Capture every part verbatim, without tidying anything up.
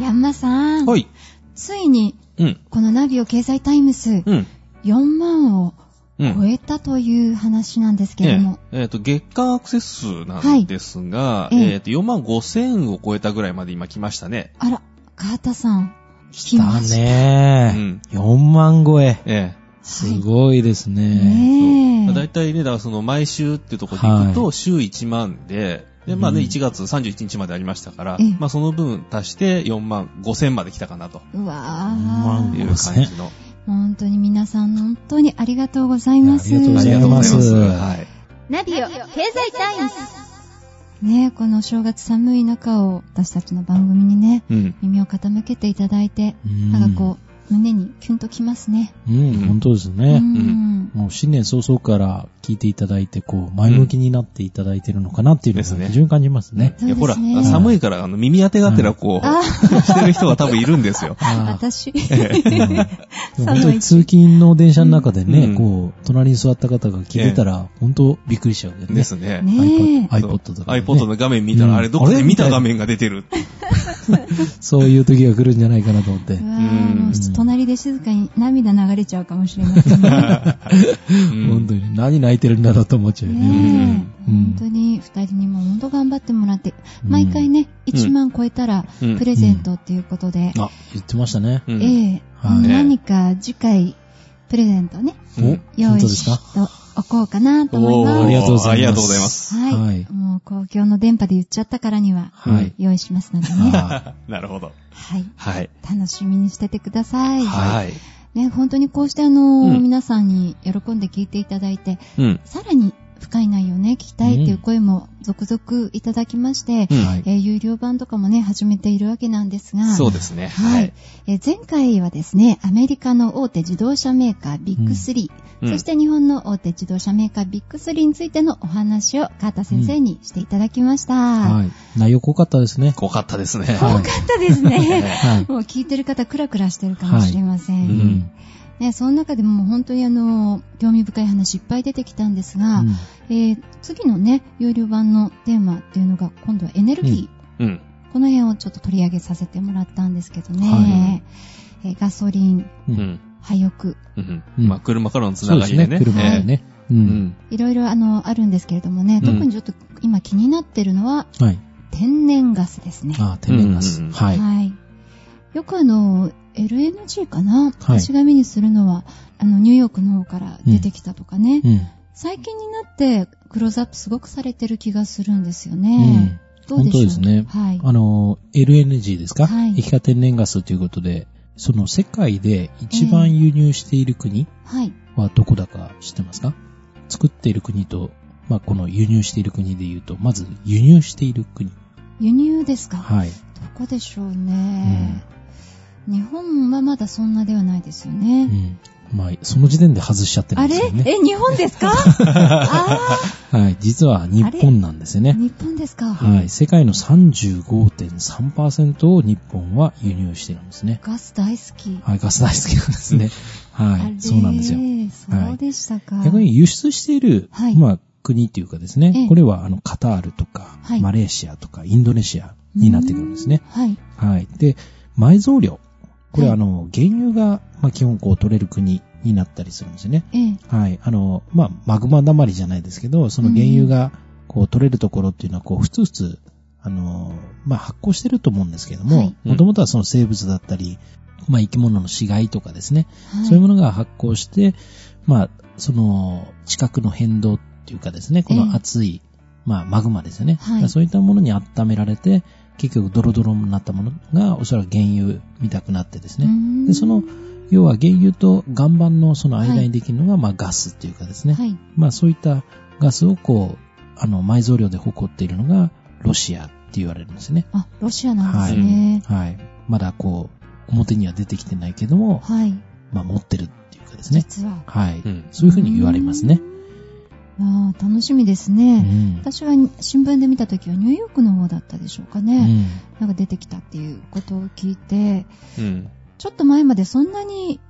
ヤンマさん、 はい。 ついに、 うん。 このナビオ経済タイムス、 うん。 よんまんをうん。 超えたという話なんですけれども。 えっ、えーと、月間アクセス数なんですが、 はいえええっ、と、よんまんごせんを超えたぐらいまで今来ましたね。 あら、川田さん、 来たねー、 うん。 よんまん超え。 えすごいですね。 ねえ。 えだいたいね、だからその毎週っていうところで行くと、 は週いちまんで、で、まあね、 うんいちがつさんじゅういちにちまでありましたから、 ええまあその分足してよんまんごせんまで来たかなとうわいうー。 感じの。 本当に皆さん、本当にありがとうございます。 ありがとうございます。 ありがとうございます。はい。 ナビオ経済タイムス。ねえ、この正月寒い中を私たちの番組にね、 うん。 耳を傾けていただいて、 うんなんかこう、胸にキュンときますね。 うん、本当ですうね。 ん。 もう新年早々から聞いていただいて、こう、前向きになっていただいてるのかなっていうのですねが非常に感じますね。 そういや、ほら、 ですね寒いから、あの、耳当てがてらこう、 あしてる人が多分いるんですよ。 あ私。 ーうん本当に通勤の電車の中でね、 うんこう、隣に座った方が聞いてたら、本当びっくりしちゃうんだよね。 ですね。 ねえ。 iPod, iPod とか、ね。 iPod の画面見たら、 うんあれどこで見たあれ画面が出てるって。 そういう時が来るんじゃないかなと思ってう。わーもう隣で静かに涙流れちゃうかもしれませんね。 うん本当に何泣いてるんだろうと思っちゃうよね。 ねえ、 うん本当に二人にも本当頑張ってもらって、毎回ね、いちまん超えたらうんプレゼントっていうことで、 あ、言ってましたね。 うんええはい何か次回プレゼントね、 お、 うん用意し本当ですか？ ておこうかなと思いおーます。 ありがとうございます。 ありがとうございます。 はい、 はいもう公共の電波で言っちゃったからには、 はい。 用意しますのでね、 あなるほど。 はい、 はい。 楽しみにしててください。 はい。 ね、本当にこうしてあの、 うん皆さんに喜んで聞いていただいて、 うん。 さらに深い内容をね、聞きたいっていう声も続々いただきまして、 うんはいえー有料版とかもね、始めているわけなんですが、 そうですね。 ははいい。 えー前回はですね、アメリカの大手自動車メーカービッグスリー、 うんそして日本の大手自動車メーカービッグスリーについてのお話を川田先生にしていただきました。 はい。内容濃かったですね。 濃かったですね。 多かったですね。 はい。 もう聞いてる方クラクラしてるかもしれません。 はいううんん。 ね、その中でも本当にあの、興味深い話いっぱい出てきたんですが、 うんえー次のね、有料版のテーマっていうのが今度はエネルギー。 うん。 この辺をちょっと取り上げさせてもらったんですけどね。 はえーガソリン、 う。 うんん。 廃屋、 うん。 うんまあ、車からのつそうですね。 ながりでね。 車でね。う。 ええうんん。 いろいろあの、あるんですけれどもね、 うん特にちょっと今気になってるのははい。 天然ガスですね。 あ、天然ガス。 うんうんうんはい。 はい。よくあの、エルエヌジー かな、 はい私が目にするのは、あの、ニューヨークの方から出てきたとかね。 うん。 最近になってクローズアップすごくされてる気がするんですようね。 ん。 どうでしょう？ 本当ですね。 はい。 あの、エルエヌジー ですか？ はい液化天然ガスということで、その世界で一番輸入している国はい。 はどこだか知ってますか？作っている国と、まあ、この輸入している国で言うと、まず輸入している国。 輸入ですか？ はい。 どこでしょうね。日本はまだそんなではないですよね。 うん。まあ、その時点で外しちゃってるあれんですよね。 え、日本ですか？あはい。実は日本なんですよね。 あ、日本ですか？ はい。世界の さんじゅうごてんさんパーセント を日本は輸入してるんですね。 ガス大好き。 はい。ガス大好きなんですね。はい。 あれそうなんですよ。 そうでしたか。 逆に輸出している、 はいまあ、国っていうかですね、 ええこれはあのカタールとか、 はいマレーシアとかインドネシアになってくるんですね。 はい。 はい。で、埋蔵量。これははいあの、原油が、まあ、基本こう取れる国になったりするんですよね。 ええ。 はい。あの、まあ、マグマだまりじゃないですけど、その原油がこう取れるところっていうのはこう、ふつふつ、あの、まあ、発酵してると思うんですけどもはい、 もともとはその生物だったり、まあ、生き物の死骸とかですね、 はいそういうものが発酵して、まあ、その、地殻の変動っていうかですね、この熱い、まあ、マグマですよね。 はいそういったものに温められて、結局ドロドロになったものがおそらく原油みたくなってですね。 うーんで、その、要は原油と岩盤のその間にできるのが、まあ、ガスっていうかですね。 はい。 まあ、そういったガスをこう、あの、埋蔵量で誇っているのが、ロシアって言われるんですね。 あ、ロシアなんですね。 はい。まだこう、表には出てきてないけども、 はい。 まあ、持ってるっていうかですね。 実は。 はい。 うんそういうふうに言われますね。 ああ、楽しみですうね。 ん。 私は新聞で見たときはニューヨークの方だったでしょうかうね。 ん。 なんか出てきたっていうことを聞いて、 うん。 ちょっと前までそんなに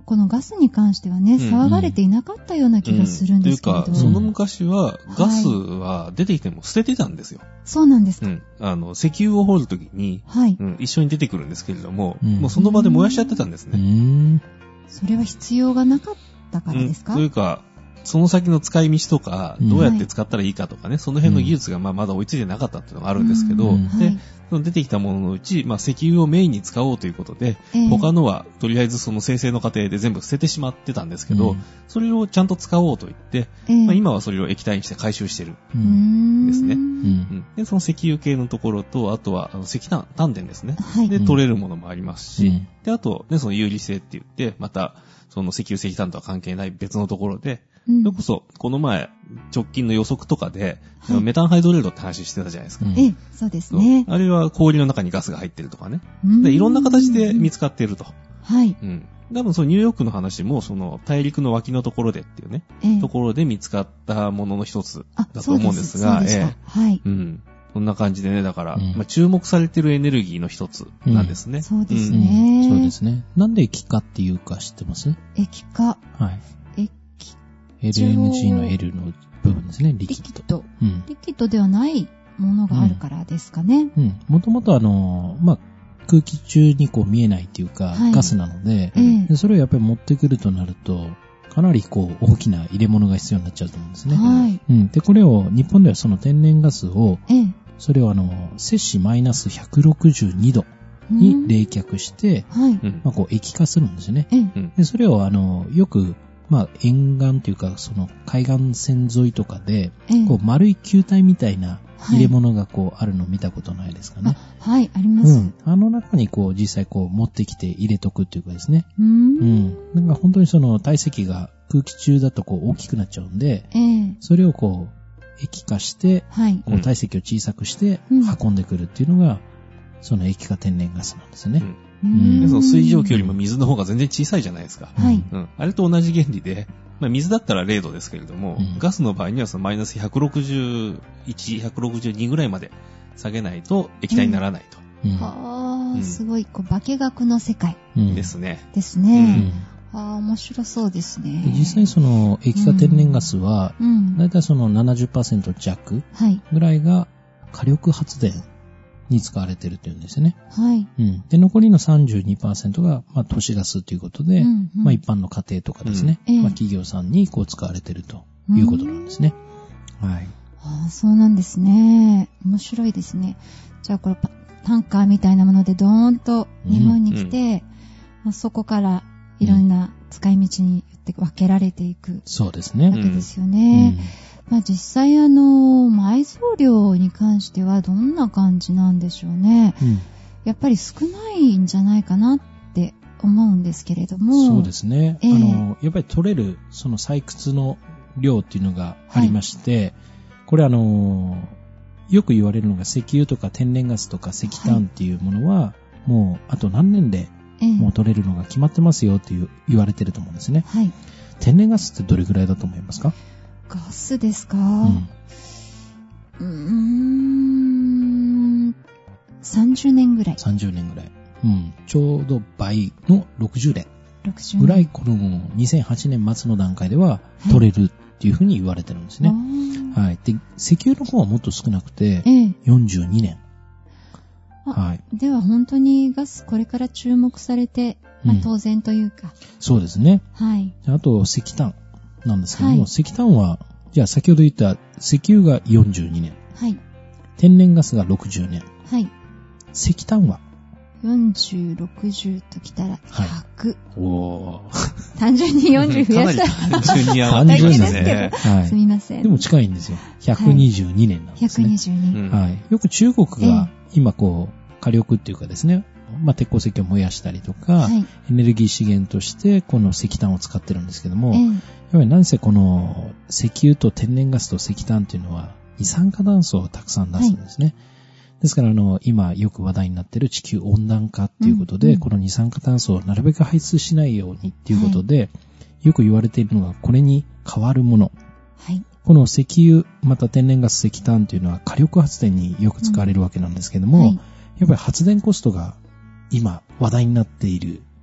このガスに関してはね、 うん騒がれていなかったような気がするんですけれど。 うん、というか、その昔はガスは出てきても捨ててたんですよ。 そうなんですか。 うん。あの、石油を掘るときに、 はい、 うん、一緒に出てくるんですけれども、 うん、 もうその場で燃やしちゃってたんですね。 うーん。 それは必要がなかったからですか？ うん、というか、その先の使い道とか、どうやって使ったらいいかとかね、うん、その辺の技術がまあまだ追いついてなかったっていうのがあるんですけど、うん、で、はい、その出てきたもののうち、まあ石油をメインに使おうということで、えー、他のはとりあえずその生成の過程で全部捨ててしまってたんですけど、うん、それをちゃんと使おうと言って、えーまあ、今はそれを液体にして回収してるんですね。うん、で、その石油系のところと、あとはあの石炭、炭田ですね、はい。で、取れるものもありますし、うん、で、あと、ね、その有利性って言って、また、その石油石炭とは関係ない別のところで、うん、それこそ、この前、直近の予測とかで、はい、メタンハイドレードって話してたじゃないですか。 ええ、そうですね。 あれは氷の中にガスが入ってるとかね。で、いろんな形で見つかっていると。 はい。 うん。多分そのニューヨークの話も、その大陸の脇のところでっていうね、ええ、ところで見つかったものの一つだと思うんですが、 ええ、はい。 うん。そんな感じでね、だから、うん、まあ、注目されてるエネルギーの一つなんですね。 うん、そうですね、 うん。そうですね。なんで液化っていうか知ってます？ 液化。 はい。 液エルエヌジー の L の部分ですね。リキッド。リキッド。 うん、リキッドではないものがあるからですかね。 うん。もともとあの、まあ、空気中にこう見えないっていうか、はい、ガスなので、ええ、で、それをやっぱり持ってくるとなると、かなりこう大きな入れ物が必要になっちゃうと思うんですね。 はい。 うん。で、これを日本ではその天然ガスを、 ええ、 それをあの、摂氏マイナスひゃくろくじゅうにどに冷却して、 はい。 まあこう液化するんですよね。 ええ、 で、それをあの、よく、まあ沿岸というか、その海岸線沿いとかで、ええ、こう丸い球体みたいな入れ物がこうあるのを見たことないですかね。 はい、あります。 うん。あの中にこう実際こう持ってきて入れとくっていうかですね。 うーん。 うん。だから本当にその体積が空気中だとこう大きくなっちゃうんで、 ええ、 それをこう液化して、 はい、 こう体積を小さくして運んでくるっていうのが、うん、その液化天然ガスなんですね。 うん。うん、その水蒸気よりも水の方が全然小さいじゃないですか。 はい。 うん。あれと同じ原理で、まあ、水だったられいどですけれども、うん、ガスの場合にはそのマイナスひゃくろくじゅういち、ひゃくろくじゅうにぐらいまで下げないと液体にならないと。 うん、はあ、うん、すごい、こう、化学の世界。 ですね。 ですね。うん、ああ、面白そうですね。 で実際その液化天然ガスは、うん、だいたいその ななじゅっパーセント 弱ぐらいが火力発電に使われてるっていうんですよね。 はい。 うん。で、残りの さんじゅうにパーセント が、まあ、都市ガスということで、うんうん、まあ、一般の家庭とかですね、うん、まあ、企業さんにこう使われてるということなんですね。はい。 ああ、そうなんですね。面白いですね。じゃあ、これ、タンカーみたいなものでドーンと日本に来て、うん、そこからいろんな使い道によって分けられていく。 そうですね。 わけですよね。うんまあ、実際あの埋蔵量に関してはどんな感じなんでしょうね、うん、やっぱり少ないんじゃないかなって思うんですけれども。 そうですね、えー、あのやっぱり取れるその採掘の量っていうのがありまして、はい、これあのよく言われるのが石油とか天然ガスとか石炭っていうものは、はい、もうあと何年でもう取れるのが決まってますよっていう言われてると思うんですね、 はい、 天然ガスってどれぐらいだと思いますか？ ガスですか、うん、うーんさんじゅうねんぐらい。 さんじゅうねんぐらい。うん。ちょうど倍のろくじゅうねん。ろくじゅうねんぐらい、このにせんはちねん末の段階では取れるっていうふうに言われてるんですね。はい。はい。で、石油の方はもっと少なくて、よんじゅうにねん。 はい。では本当にガスこれから注目されて、まあ、当然というか、うん。そうですね。 はい。 あと、石炭。なんですけども、はい、石炭は、じゃあ先ほど言った石油がよんじゅうにねん。 はい。 天然ガスがろくじゅうねん。 はい。 石炭はよんじゅう、ろくじゅうときたらひゃく。はい、 おー。単純によんじゅう増やしたら。 単純に上がってますね。 はい。 すみません。 でも近いんですよ。ひゃくにじゅうにねんなんですね。 ひゃくにじゅうにねん。 はい。よく中国が今こう、火力っていうかですね、まあ、鉄鉱石を燃やしたりとか、はい、エネルギー資源としてこの石炭を使ってるんですけども、えー、やっぱり何せこの石油と天然ガスと石炭というのは二酸化炭素をたくさん出すんですね。はい、ですからあの今よく話題になっている地球温暖化っていうことで、うんうん、この二酸化炭素をなるべく排出しないようにっていうことで、はい、よく言われているのがこれに代わるもの。 はい、 この石油また天然ガス石炭というのは火力発電によく使われるわけなんですけども、うんはい、やっぱり発電コストが今話題になっている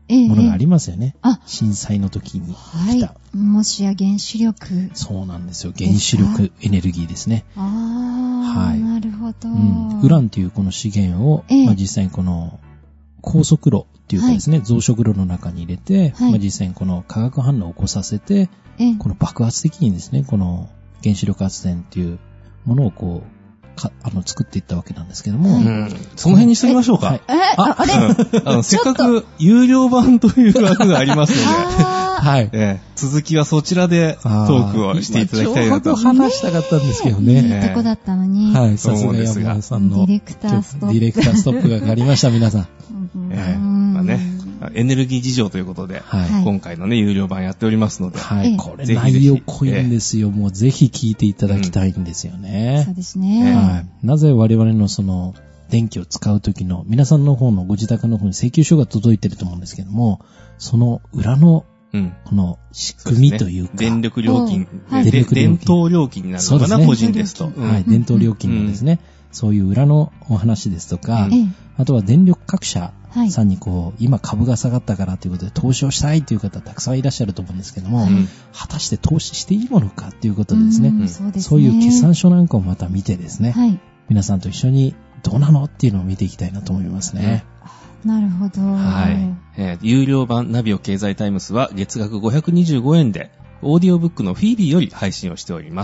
ものがありますよね。えー、あ、震災の時に来た。 はい。もしや原子力。 そうなんですよ。原子力エネルギーですね。 ああ、はい。なるほど、うん。 ウランというこの資源を、えーまあ、実際にこの高速炉っていうかですね、はい、増殖炉の中に入れて、はい、まあ、実際にこの化学反応を起こさせて、えー、この爆発的にですね、この原子力発電っていうものをこう、かあの作っていったわけなんですけども、うん、 その辺にしてみましょうか。 え、はい、あ、あれ、うん、 あのせっかく有料版という枠がありますので、はい、えー、続きはそちらでトークをしていただきたいなと。 ちょうど話したかったんですけどね。 いいとこだったのに。 はい、さすが山田さんのディレクターストップ。 ディレクターストップがかかりました、皆さん。 えーまあね、エネルギー事情ということで、はい、今回のね、有料版やっておりますので。 はい、これ内容濃いんですよ。もうぜひ聞いていただきたいんですよね。 うん、そうですね。 はい。なぜ我々のその、電気を使うときの、皆さんの方のご自宅の方に請求書が届いてると思うんですけども、その裏の、この仕組みというか。 う、ね、電力料金、はい、電力料金。伝統料金になるのかな、ね、個人ですと。 うん、はい、伝統料金のですね、うん、そういう裏のお話ですとか、うん、あとは電力各社さんにこう、今株が下がったからということで投資をしたいという方たくさんいらっしゃると思うんですけども、うん、果たして投資していいものかということでですね、うん、そうですね、そういう決算書なんかをまた見てですね、はい、皆さんと一緒にどうなのっていうのを見ていきたいなと思いますね。 うん、なるほど。 はい。えー、有料版ナビオ経済タイムスは月額ごひゃくにじゅうごえんで、オーディオブックのフィービーより配信をしております。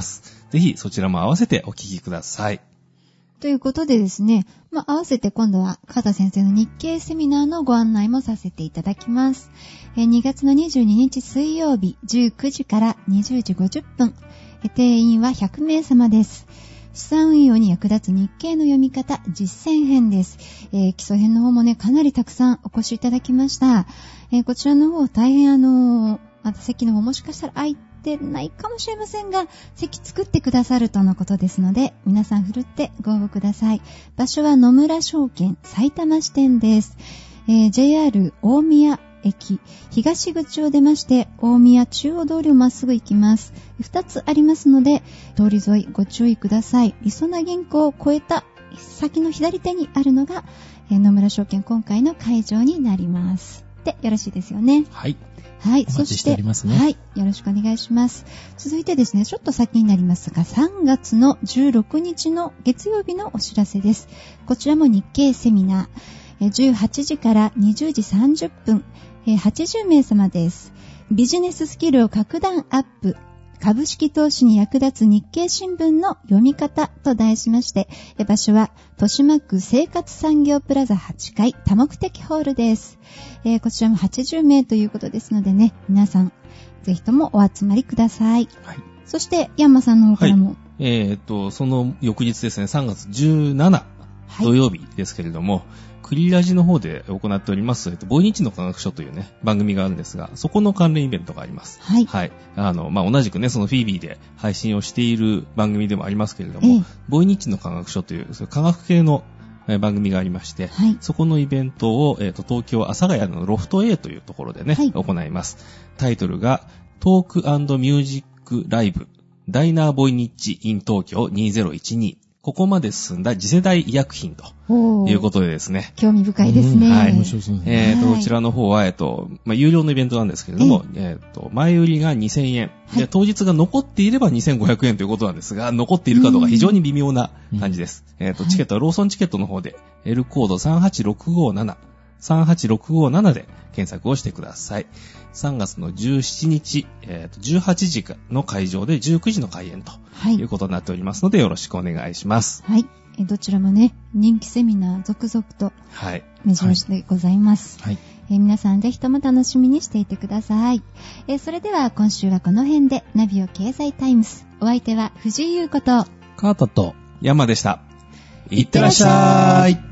ぜひそちらも合わせてお聞きください。 ということでですね、まあ、合わせて今度は川田先生の日経セミナーのご案内もさせていただきます。えー、にがつのにじゅうににち水曜日じゅうくじからにじゅうじごじゅっぷん、えー、定員はひゃくめいさまです。資産運用に役立つ日経の読み方実践編です。えー、基礎編の方もね、かなりたくさんお越しいただきました。えー、こちらの方大変あのー、また席の方もしかしたら空いてないかもしれませんが、席作ってくださるとのことですので、皆さんふるってご応募ください。場所は野村証券埼玉支店です。えー、ジェイアール 大宮駅東口を出まして大宮中央通りをまっすぐ行きます。ふたつありますので通り沿いご注意ください。りそな銀行を越えた先の左手にあるのが、えー、野村証券今回の会場になります。でよろしいですよね。 はい。 はい、 お待ちしておりますね。 はい、よろしくお願いします。続いてですね、ちょっと先になりますが、さんがつのじゅうろくにちの月曜日のお知らせです。こちらも日経セミナー、じゅうはちじからにじゅうじさんじゅっぷん、はちじゅうめいさまです。ビジネススキルを格段アップ。株式投資に役立つ日経新聞の読み方と題しまして、場所は豊島区生活産業プラザはちかい多目的ホールです。えー、こちらもはちじゅうめいということですのでね、皆さんぜひともお集まりください。はい、そしてヤンマさんの方からも、はい、 えー、っとその翌日ですね、さんがつじゅうしちにち土曜日ですけれども、はい、クリラジの方で行っております、えっと、ボイニッチの科学書というね、番組があるんですが、そこの関連イベントがあります。はい。はい。あの、まあ、同じくね、そのフィービーで配信をしている番組でもありますけれども、ええ、ボイニッチの科学書という、そういう科学系の番組がありまして、はい、そこのイベントを、えっと、東京阿佐ヶ谷のロフト A というところでね、はい、行います。タイトルが、トーク&ミュージックライブ、ダイナーボイニッチ in 東京にせんじゅうに。ここまで進んだ次世代医薬品ということでですね。 興味深いですね。 はい。面白そうですね。えっと、こちらの方は、えっと、まあ、有料のイベントなんですけれども、えっと、前売りがにせんえん、はい。で、当日が残っていればにせんごひゃくえんということなんですが、残っているかどうか非常に微妙な感じです。えっと、チケットはローソンチケットの方で、L コードさんはちろくごなな、さんはちろくごななで検索をしてください。さんがつのじゅうしちにち、えー、とじゅうはちじの会場でじゅうくじの開演ということになっておりますので、よろしくお願いします。 はい。えどちらもね、人気セミナー続々と目白押しでございます。はい。え皆さんぜひとも楽しみにしていてください。えそれでは今週はこの辺でナビオ経済タイムス。お相手は藤井優子と川田と山でした。いってらっしゃい。